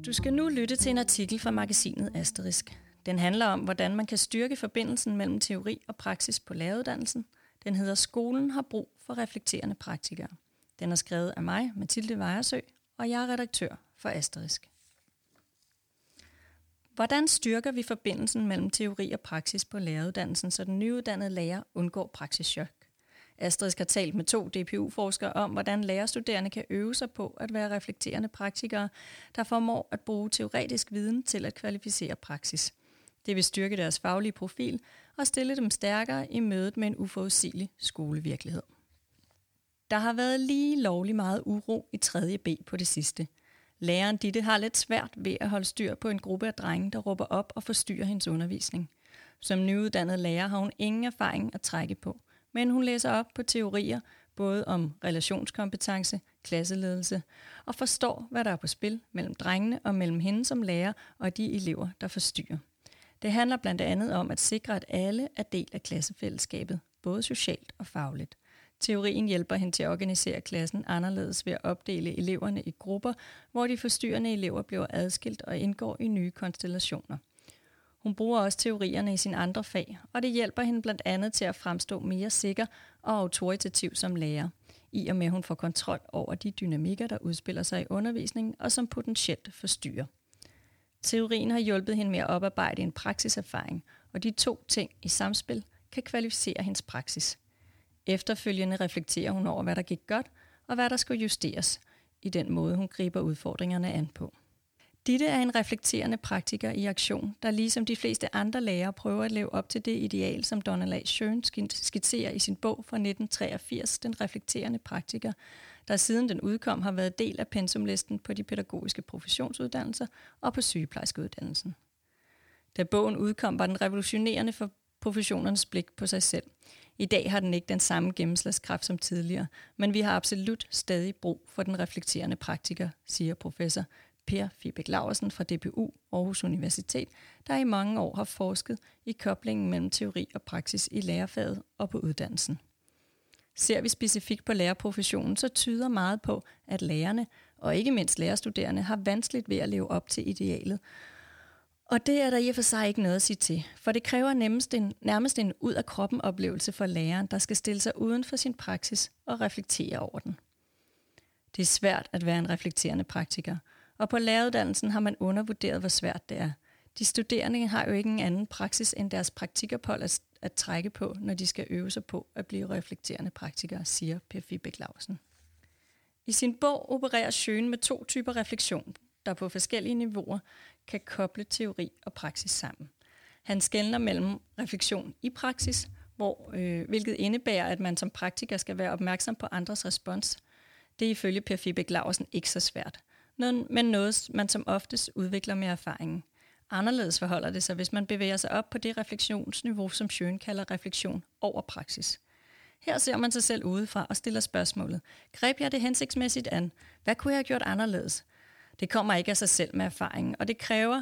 Du skal nu lytte til en artikel fra magasinet Asterisk. Den handler om, hvordan man kan styrke forbindelsen mellem teori og praksis på læreruddannelsen. Den hedder Skolen har brug for reflekterende praktikere. Den er skrevet af mig, Mathilde Vejersø, og jeg er redaktør for Asterisk. Hvordan styrker vi forbindelsen mellem teori og praksis på læreruddannelsen, så den nyuddannede lærer undgår praksischok? Asterisk har talt med 2 DPU-forskere om, hvordan lærerstuderende kan øve sig på at være reflekterende praktikere, der formår at bruge teoretisk viden til at kvalificere praksis. Det vil styrke deres faglige profil og stille dem stærkere i mødet med en uforudsigelig skolevirkelighed. Der har været lige lovlig meget uro i 3. B på det sidste. Læreren Ditte har lidt svært ved at holde styr på en gruppe af drenge, der råber op og forstyrrer hendes undervisning. Som nyuddannet lærer har hun ingen erfaring at trække på, men hun læser op på teorier både om relationskompetence, klasseledelse og forstår, hvad der er på spil mellem drengene og mellem hende som lærer og de elever, der forstyrrer. Det handler blandt andet om at sikre, at alle er del af klassefællesskabet, både socialt og fagligt. Teorien hjælper hende til at organisere klassen anderledes ved at opdele eleverne i grupper, hvor de forstyrrende elever bliver adskilt og indgår i nye konstellationer. Hun bruger også teorierne i sine andre fag, og det hjælper hende blandt andet til at fremstå mere sikker og autoritativ som lærer, i og med at hun får kontrol over de dynamikker, der udspiller sig i undervisningen og som potentielt forstyrrer. Teorien har hjulpet hende med at oparbejde en praksiserfaring, og de 2 ting i samspil kan kvalificere hendes praksis. Efterfølgende reflekterer hun over, hvad der gik godt, og hvad der skal justeres i den måde, hun griber udfordringerne an på. Ditte er en reflekterende praktiker i aktion, der ligesom de fleste andre lærere prøver at leve op til det ideal, som Donald A. Schoen skitserer i sin bog fra 1983, Den reflekterende praktiker, der siden den udkom har været del af pensumlisten på de pædagogiske professionsuddannelser og på sygeplejerskeuddannelsen. Da bogen udkom, var den revolutionerende for professionernes blik på sig selv. I dag har den ikke den samme gennemslagskraft som tidligere, men vi har absolut stadig brug for den reflekterende praktiker, siger professor Per Fibæk Laursen fra DPU Aarhus Universitet, der i mange år har forsket i koblingen mellem teori og praksis i lærerfaget og på uddannelsen. Ser vi specifikt på lærerprofessionen, så tyder meget på, at lærerne, og ikke mindst lærerstuderende, har vanskeligt ved at leve op til idealet. Og det er der i og for sig ikke noget at sige til, for det kræver nærmest en ud-af-kroppen-oplevelse for læreren, der skal stille sig uden for sin praksis og reflektere over den. Det er svært at være en reflekterende praktiker, og på læreruddannelsen har man undervurderet, hvor svært det er. De studerende har jo ikke en anden praksis end deres praktikophold at trække på, når de skal øve sig på at blive reflekterende praktikere, siger Per Fibæk Laursen. I sin bog opererer Schoen med 2 typer refleksion, der på forskellige niveauer kan koble teori og praksis sammen. Han skelner mellem refleksion i praksis, hvilket indebærer, at man som praktiker skal være opmærksom på andres respons. Det er ifølge Per Fibæk Laursen ikke så svært, men noget, man som oftest udvikler med erfaringen. Anderledes forholder det sig, hvis man bevæger sig op på det refleksionsniveau, som Schoen kalder refleksion over praksis. Her ser man sig selv udefra og stiller spørgsmålet: greb jeg det hensigtsmæssigt an? Hvad kunne jeg have gjort anderledes? Det kommer ikke af sig selv med erfaringen, og det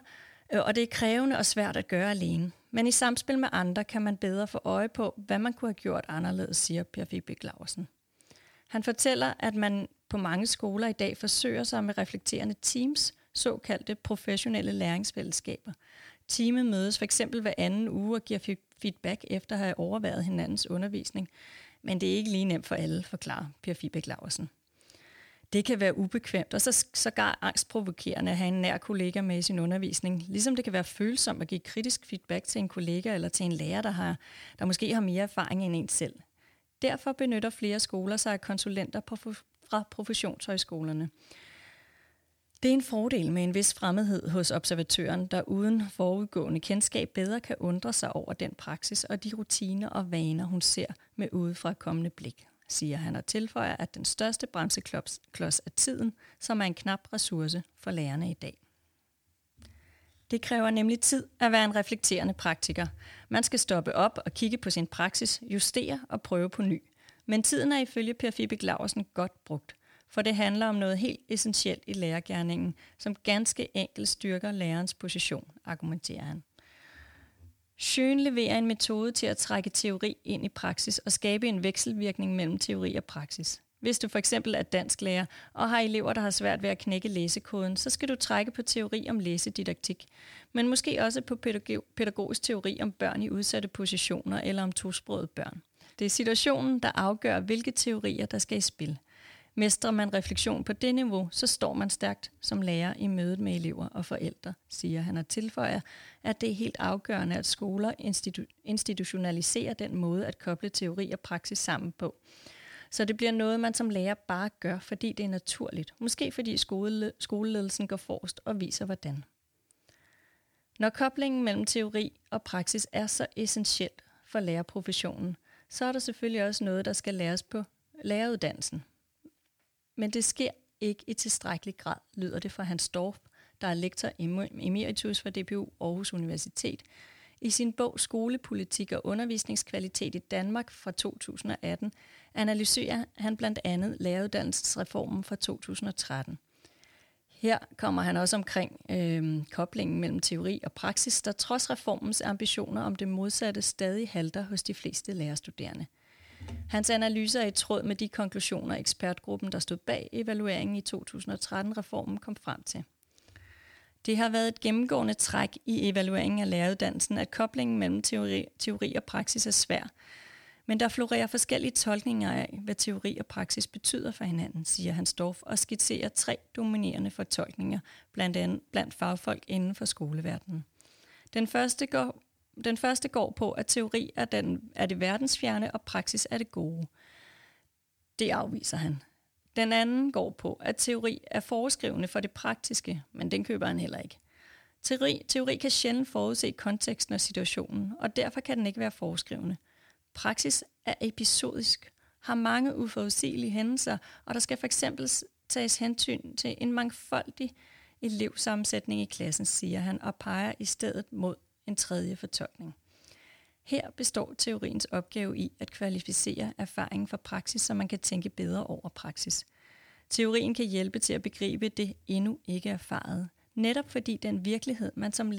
er krævende og svært at gøre alene. Men i samspil med andre kan man bedre få øje på, hvad man kunne have gjort anderledes, siger Per Fibæk Laursen. Han fortæller, at man på mange skoler i dag forsøger sig med reflekterende teams, såkaldte professionelle læringsfællesskaber. Teamet mødes for eksempel hver anden uge og giver feedback efter at have overværet hinandens undervisning. Men det er ikke lige nemt for alle, forklarer Per Fibæk Laursen. Det kan være ubekvemt og sågar angstprovokerende at have en nær kollega med i sin undervisning, ligesom det kan være følsomt at give kritisk feedback til en kollega eller til en lærer, der måske har mere erfaring end en selv. Derfor benytter flere skoler sig af konsulenter fra professionshøjskolerne. Det er en fordel med en vis fremmedhed hos observatøren, der uden forudgående kendskab bedre kan undre sig over den praksis og de rutiner og vaner, hun ser med udefra kommende blik, siger han og tilføjer, at den største bremseklods er tiden, som er en knap ressource for lærerne i dag. Det kræver nemlig tid at være en reflekterende praktiker. Man skal stoppe op og kigge på sin praksis, justere og prøve på ny. Men tiden er ifølge Per Fibæk Laursen godt brugt, for det handler om noget helt essentielt i lærergerningen, som ganske enkelt styrker lærerens position, argumenterer han. Schoen leverer en metode til at trække teori ind i praksis og skabe en vekselvirkning mellem teori og praksis. Hvis du for eksempel er dansklærer og har elever, der har svært ved at knække læsekoden, så skal du trække på teori om læsedidaktik, men måske også på pædagogisk teori om børn i udsatte positioner eller om tosprogede børn. Det er situationen, der afgør, hvilke teorier, der skal i spil. Mestrer man refleksion på det niveau, så står man stærkt som lærer i mødet med elever og forældre, siger han og tilføjer, at det er helt afgørende, at skoler institutionaliserer den måde at koble teori og praksis sammen på. Så det bliver noget, man som lærer bare gør, fordi det er naturligt. Måske fordi skoleledelsen går forrest og viser hvordan. Når koblingen mellem teori og praksis er så essentiel for lærerprofessionen, så er der selvfølgelig også noget, der skal læres på læreruddannelsen. Men det sker ikke i tilstrækkelig grad, lyder det fra Hans Dorph, der er lektor emeritus for DPU Aarhus Universitet. I sin bog Skolepolitik og undervisningskvalitet i Danmark fra 2018 analyserer han blandt andet læreruddannelsesreformen fra 2013. Her kommer han også omkring koblingen mellem teori og praksis, der trods reformens ambitioner om det modsatte stadig halter hos de fleste lærerstuderende. Hans analyser er i tråd med de konklusioner, ekspertgruppen, der stod bag evalueringen i 2013-reformen, kom frem til. Det har været et gennemgående træk i evalueringen af læreruddannelsen, at koblingen mellem teori og praksis er svær. Men der florerer forskellige tolkninger af, hvad teori og praksis betyder for hinanden, siger Hans Dorph, og skitserer 3 dominerende fortolkninger blandt fagfolk inden for skoleverdenen. Den første går på, at teori er det verdensfjerne, og praksis er det gode. Det afviser han. Den anden går på, at teori er foreskrivende for det praktiske, men den køber han heller ikke. Teori kan sjældent forudse konteksten og situationen, og derfor kan den ikke være foreskrivende. Praksis er episodisk, har mange uforudsigelige hændelser, og der skal f.eks. tages hensyn til en mangfoldig elevsammensætning i klassen, siger han, og peger i stedet mod en tredje fortolkning. Her består teoriens opgave i at kvalificere erfaringen fra praksis, så man kan tænke bedre over praksis. Teorien kan hjælpe til at begribe det endnu ikke erfarede. Netop fordi den virkelighed, man som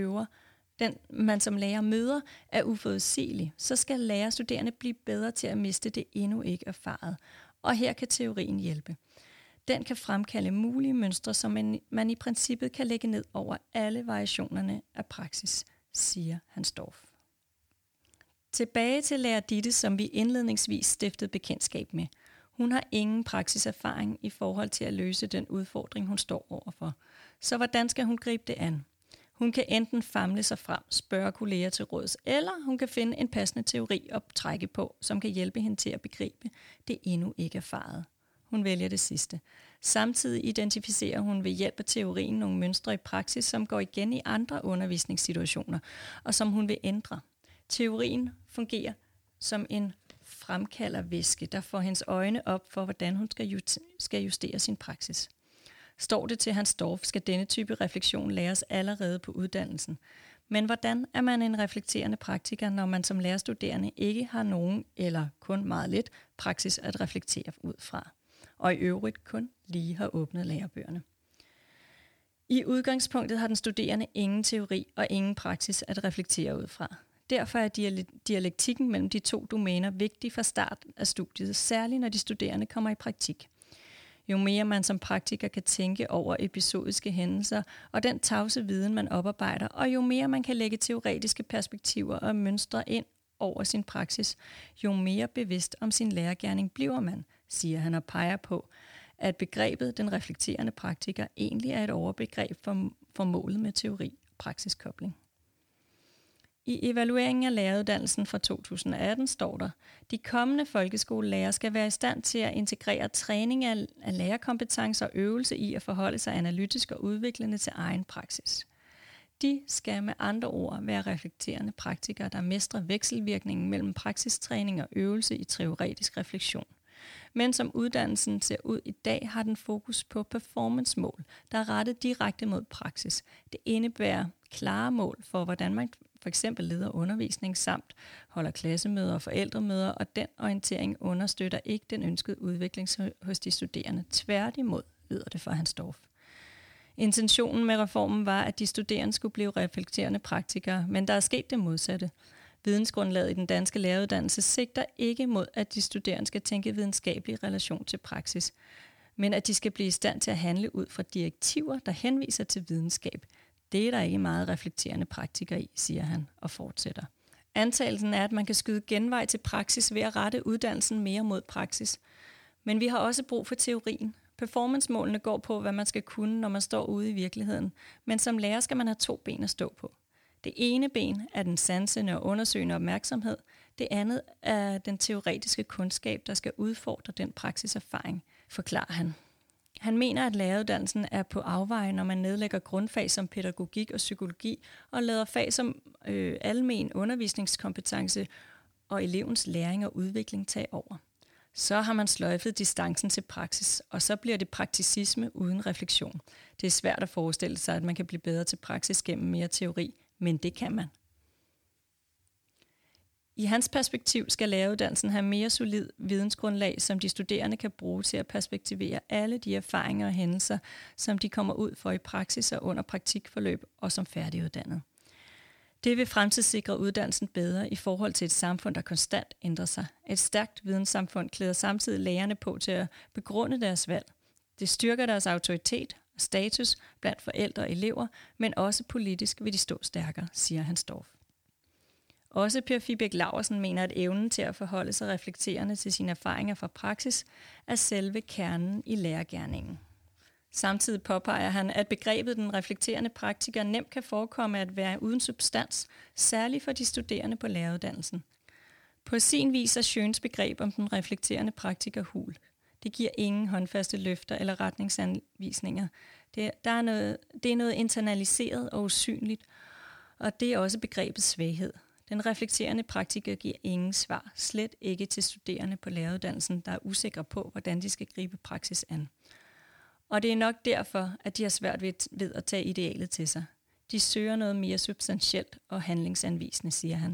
lærer møder, er uforudsigelig, så skal lærerstuderende blive bedre til at miste det endnu ikke erfarede. Og her kan teorien hjælpe. Den kan fremkalde mulige mønstre, som man i princippet kan lægge ned over alle variationerne af praksis, siger Hans Dorph. Tilbage til lærer Ditte, som vi indledningsvis stiftede bekendtskab med. Hun har ingen praksiserfaring i forhold til at løse den udfordring, hun står overfor. Så hvordan skal hun gribe det an? Hun kan enten famle sig frem, spørge kolleger til råds, eller hun kan finde en passende teori at trække på, som kan hjælpe hende til at begribe det endnu ikke erfarede. Hun vælger det sidste. Samtidig identificerer hun ved hjælp af teorien nogle mønstre i praksis, som går igen i andre undervisningssituationer, og som hun vil ændre. Teorien fungerer som en fremkaldervæske, der får hendes øjne op for, hvordan hun skal justere sin praksis. Står det til Hans Dorph, skal denne type refleksion læres allerede på uddannelsen. Men hvordan er man en reflekterende praktiker, når man som lærerstuderende ikke har nogen eller kun meget lidt praksis at reflektere ud fra, og i øvrigt kun lige har åbnet lærebøgerne? I udgangspunktet har den studerende ingen teori og ingen praksis at reflektere ud fra. Derfor er dialektikken mellem de 2 domæner vigtig fra start af studiet, særligt når de studerende kommer i praktik. Jo mere man som praktiker kan tænke over episodiske hændelser og den tavse viden, man oparbejder, og jo mere man kan lægge teoretiske perspektiver og mønstre ind over sin praksis, jo mere bevidst om sin lærergerning bliver man, siger han og peger på, at begrebet den reflekterende praktiker egentlig er et overbegreb for målet med teori- og praksiskobling. I evalueringen af læreruddannelsen fra 2018 står der, de kommende folkeskolelærer skal være i stand til at integrere træning af lærerkompetencer og øvelse i at forholde sig analytisk og udviklende til egen praksis. De skal med andre ord være reflekterende praktikere, der mestrer vekselvirkningen mellem praksistræning og øvelse i teoretisk refleksion. Men som uddannelsen ser ud i dag, har den fokus på performancemål, der er rettet direkte mod praksis. Det indebærer klare mål for, hvordan man for eksempel leder undervisning samt holder klassemøder og forældremøder, og den orientering understøtter ikke den ønskede udvikling hos de studerende. Tværtimod, lyder det fra Hans Dorph. Intentionen med reformen var, at de studerende skulle blive reflekterende praktikere, men der er sket det modsatte. Vidensgrundlaget i den danske læreruddannelse sigter ikke mod, at de studerende skal tænke videnskabelig relation til praksis, men at de skal blive i stand til at handle ud fra direktiver, der henviser til videnskab. Det er der ikke meget reflekterende praktiker i, siger han og fortsætter. Antagelsen er, at man kan skyde genvej til praksis ved at rette uddannelsen mere mod praksis. Men vi har også brug for teorien. Performancemålene går på, hvad man skal kunne, når man står ude i virkeligheden. Men som lærer skal man have 2 ben at stå på. Det ene ben er den sansende og undersøgende opmærksomhed. Det andet er den teoretiske kundskab, der skal udfordre den praksiserfaring, forklarer han. Han mener, at læreruddannelsen er på afveje, når man nedlægger grundfag som pædagogik og psykologi og lader fag som almen undervisningskompetence og elevens læring og udvikling tage over. Så har man sløjfet distancen til praksis, og så bliver det prakticisme uden refleksion. Det er svært at forestille sig, at man kan blive bedre til praksis gennem mere teori, men det kan man. I hans perspektiv skal læreruddannelsen have mere solid vidensgrundlag, som de studerende kan bruge til at perspektivere alle de erfaringer og hændelser, som de kommer ud for i praksis og under praktikforløb og som færdiguddannet. Det vil fremtidssikre uddannelsen bedre i forhold til et samfund, der konstant ændrer sig. Et stærkt videnssamfund klæder samtidig lærerne på til at begrunde deres valg. Det styrker deres autoritet og status blandt forældre og elever, men også politisk vil de stå stærkere, siger Hans Dorf. Også Per Fibæk Laursen mener, at evnen til at forholde sig reflekterende til sine erfaringer fra praksis er selve kernen i lærergerningen. Samtidig påpeger han, at begrebet den reflekterende praktiker nemt kan forekomme at være uden substans, særligt for de studerende på læreruddannelsen. På sin vis er Schöns begreb om den reflekterende praktiker hul. Det giver ingen håndfaste løfter eller retningsanvisninger. Det er noget internaliseret og usynligt, og det er også begrebets svaghed. Den reflekterende praktiker giver ingen svar, slet ikke til studerende på læreruddannelsen, der er usikre på, hvordan de skal gribe praksis an. Og det er nok derfor, at de har svært ved at tage idealet til sig. De søger noget mere substantielt og handlingsanvisende, siger han.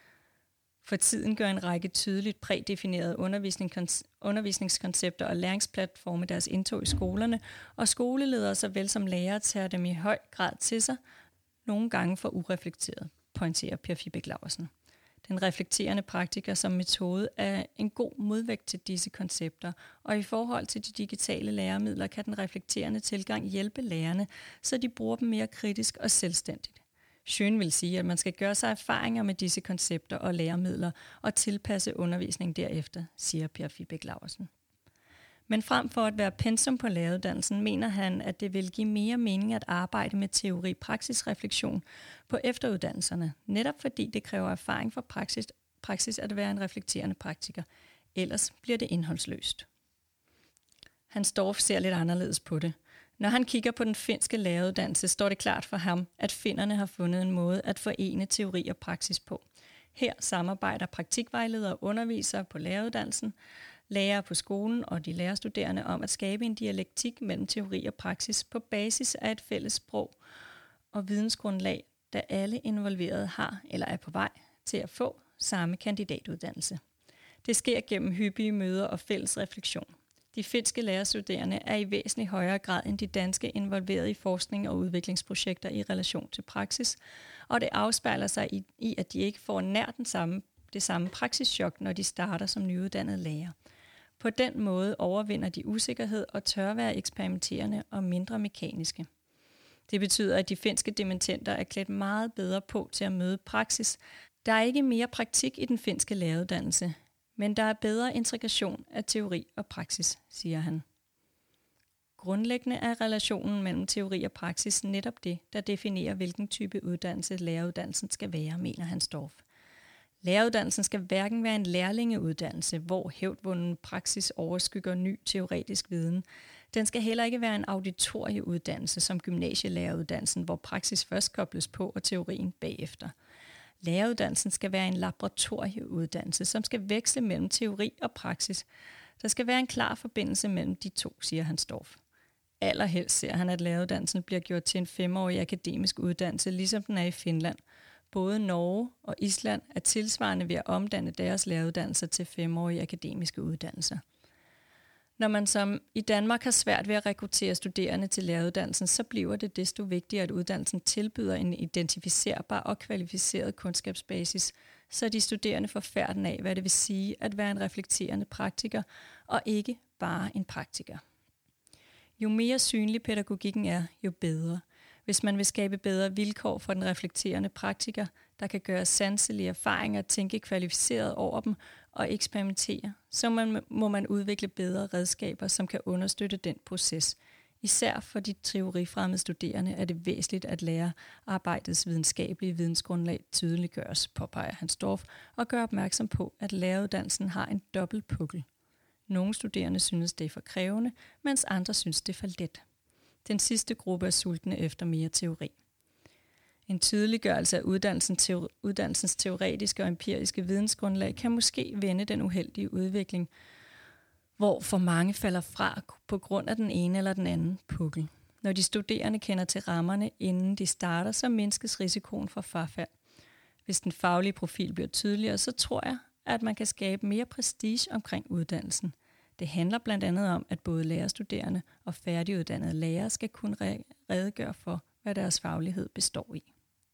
For tiden gør en række tydeligt prædefinerede undervisningskoncepter og læringsplatforme deres indtog i skolerne, og skoleledere såvel som lærere tager dem i høj grad til sig, nogle gange for ureflekteret, pointerer Per Fibæk Laursen. Den reflekterende praktiker som metode er en god modvægt til disse koncepter, og i forhold til de digitale læremidler kan den reflekterende tilgang hjælpe lærerne, så de bruger dem mere kritisk og selvstændigt. Schön vil sige, at man skal gøre sig erfaringer med disse koncepter og læremidler og tilpasse undervisningen derefter, siger Per Fibæk Laursen. Men frem for at være pensum på læreruddannelsen, mener han, at det vil give mere mening at arbejde med teori-praksisreflektion på efteruddannelserne, netop fordi det kræver erfaring fra praksis at være en reflekterende praktiker. Ellers bliver det indholdsløst. Hans Dorf ser lidt anderledes på det. Når han kigger på den finske læreruddannelse, står det klart for ham, at finnerne har fundet en måde at forene teori og praksis på. Her samarbejder praktikvejledere og undervisere på læreruddannelsen, lærere på skolen og de lærerstuderende om at skabe en dialektik mellem teori og praksis på basis af et fælles sprog og vidensgrundlag, da alle involverede har eller er på vej til at få samme kandidatuddannelse. Det sker gennem hyppige møder og fælles refleksion. De finske lærerstuderende er i væsentlig højere grad end de danske involveret i forskning og udviklingsprojekter i relation til praksis, og det afspejler sig i at de ikke får nær det samme praksischok, når de starter som nyuddannede lærer. På den måde overvinder de usikkerhed og tør være eksperimenterende og mindre mekaniske. Det betyder, at de finske dimittender er klædt meget bedre på til at møde praksis. Der er ikke mere praktik i den finske læreruddannelse, men der er bedre integration af teori og praksis, siger han. Grundlæggende er relationen mellem teori og praksis netop det, der definerer, hvilken type uddannelse læreruddannelsen skal være, mener Hans Dorf. Læreruddannelsen skal hverken være en lærlingeuddannelse, hvor hævdvunden praksis overskygger ny teoretisk viden. Den skal heller ikke være en auditorieuddannelse som gymnasielæreruddannelsen, hvor praksis først kobles på og teorien bagefter. Læreruddannelsen skal være en laboratorieuddannelse, som skal veksle mellem teori og praksis. Der skal være en klar forbindelse mellem de to, siger Hans Dorf. Allerhelst ser han, at læreruddannelsen bliver gjort til en 5-årig akademisk uddannelse, ligesom den er i Finland. Både Norge og Island er tilsvarende ved at omdanne deres læreruddannelser til 5-årige akademiske uddannelser. Når man som i Danmark har svært ved at rekruttere studerende til læreruddannelsen, så bliver det desto vigtigere, at uddannelsen tilbyder en identificerbar og kvalificeret kundskabsbasis, så de studerende får færden af, hvad det vil sige at være en reflekterende praktiker, og ikke bare en praktiker. Jo mere synlig pædagogikken er, jo bedre. Hvis man vil skabe bedre vilkår for den reflekterende praktiker, der kan gøre sanselige erfaringer, tænke kvalificeret over dem og eksperimentere, så må man udvikle bedre redskaber, som kan understøtte den proces. Især for de teorifremmede studerende er det væsentligt, at lærerarbejdets videnskabelige vidensgrundlag tydeliggøres, påpeger Hansdorff, og gør opmærksom på, at læreruddannelsen har en dobbelt pukkel. Nogle studerende synes, det er for krævende, mens andre synes, det er for let. Den sidste gruppe er sultne efter mere teori. En tydeliggørelse af uddannelsens teoretiske og empiriske vidensgrundlag kan måske vende den uheldige udvikling, hvor for mange falder fra på grund af den ene eller den anden pukkel. Når de studerende kender til rammerne, inden de starter, så mindskes risikoen for frafald. Hvis den faglige profil bliver tydeligere, så tror jeg, at man kan skabe mere prestige omkring uddannelsen. Det handler blandt andet om, at både lærerstuderende og færdiguddannede lærere skal kunne redegøre for, hvad deres faglighed består i.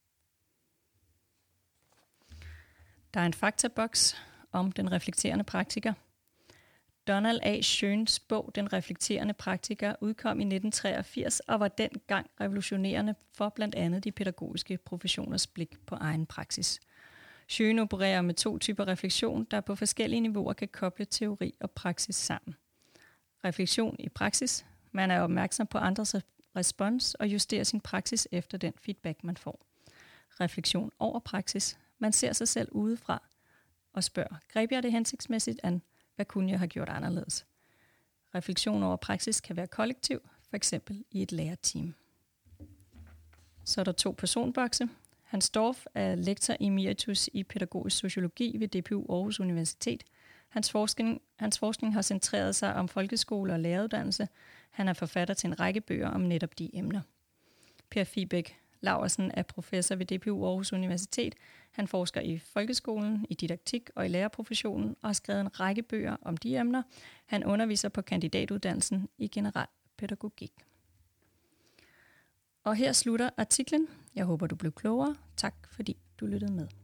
Der er en faktaboks om den reflekterende praktiker. Donald A. Schöns bog Den reflekterende praktiker udkom i 1983 og var dengang revolutionerende for blandt andet de pædagogiske professioners blik på egen praksis. Schön opererer med 2 typer refleksion, der på forskellige niveauer kan koble teori og praksis sammen. Refleksion i praksis. Man er opmærksom på andres respons og justerer sin praksis efter den feedback, man får. Refleksion over praksis. Man ser sig selv udefra og spørger, greb jeg det hensigtsmæssigt an? Hvad kunne jeg have gjort anderledes? Refleksion over praksis kan være kollektiv, f.eks. i et lærerteam. Så er der 2 personbokse. Hansdorff er lektor emeritus i pædagogisk sociologi ved DPU Aarhus Universitet. Hans forskning har centreret sig om folkeskole og læreruddannelse. Han er forfatter til en række bøger om netop de emner. Per Fibæk Laursen er professor ved DPU Aarhus Universitet. Han forsker i folkeskolen, i didaktik og i lærerprofessionen og har skrevet en række bøger om de emner. Han underviser på kandidatuddannelsen i generel pædagogik. Og her slutter artiklen. Jeg håber, du blev klogere. Tak fordi du lyttede med.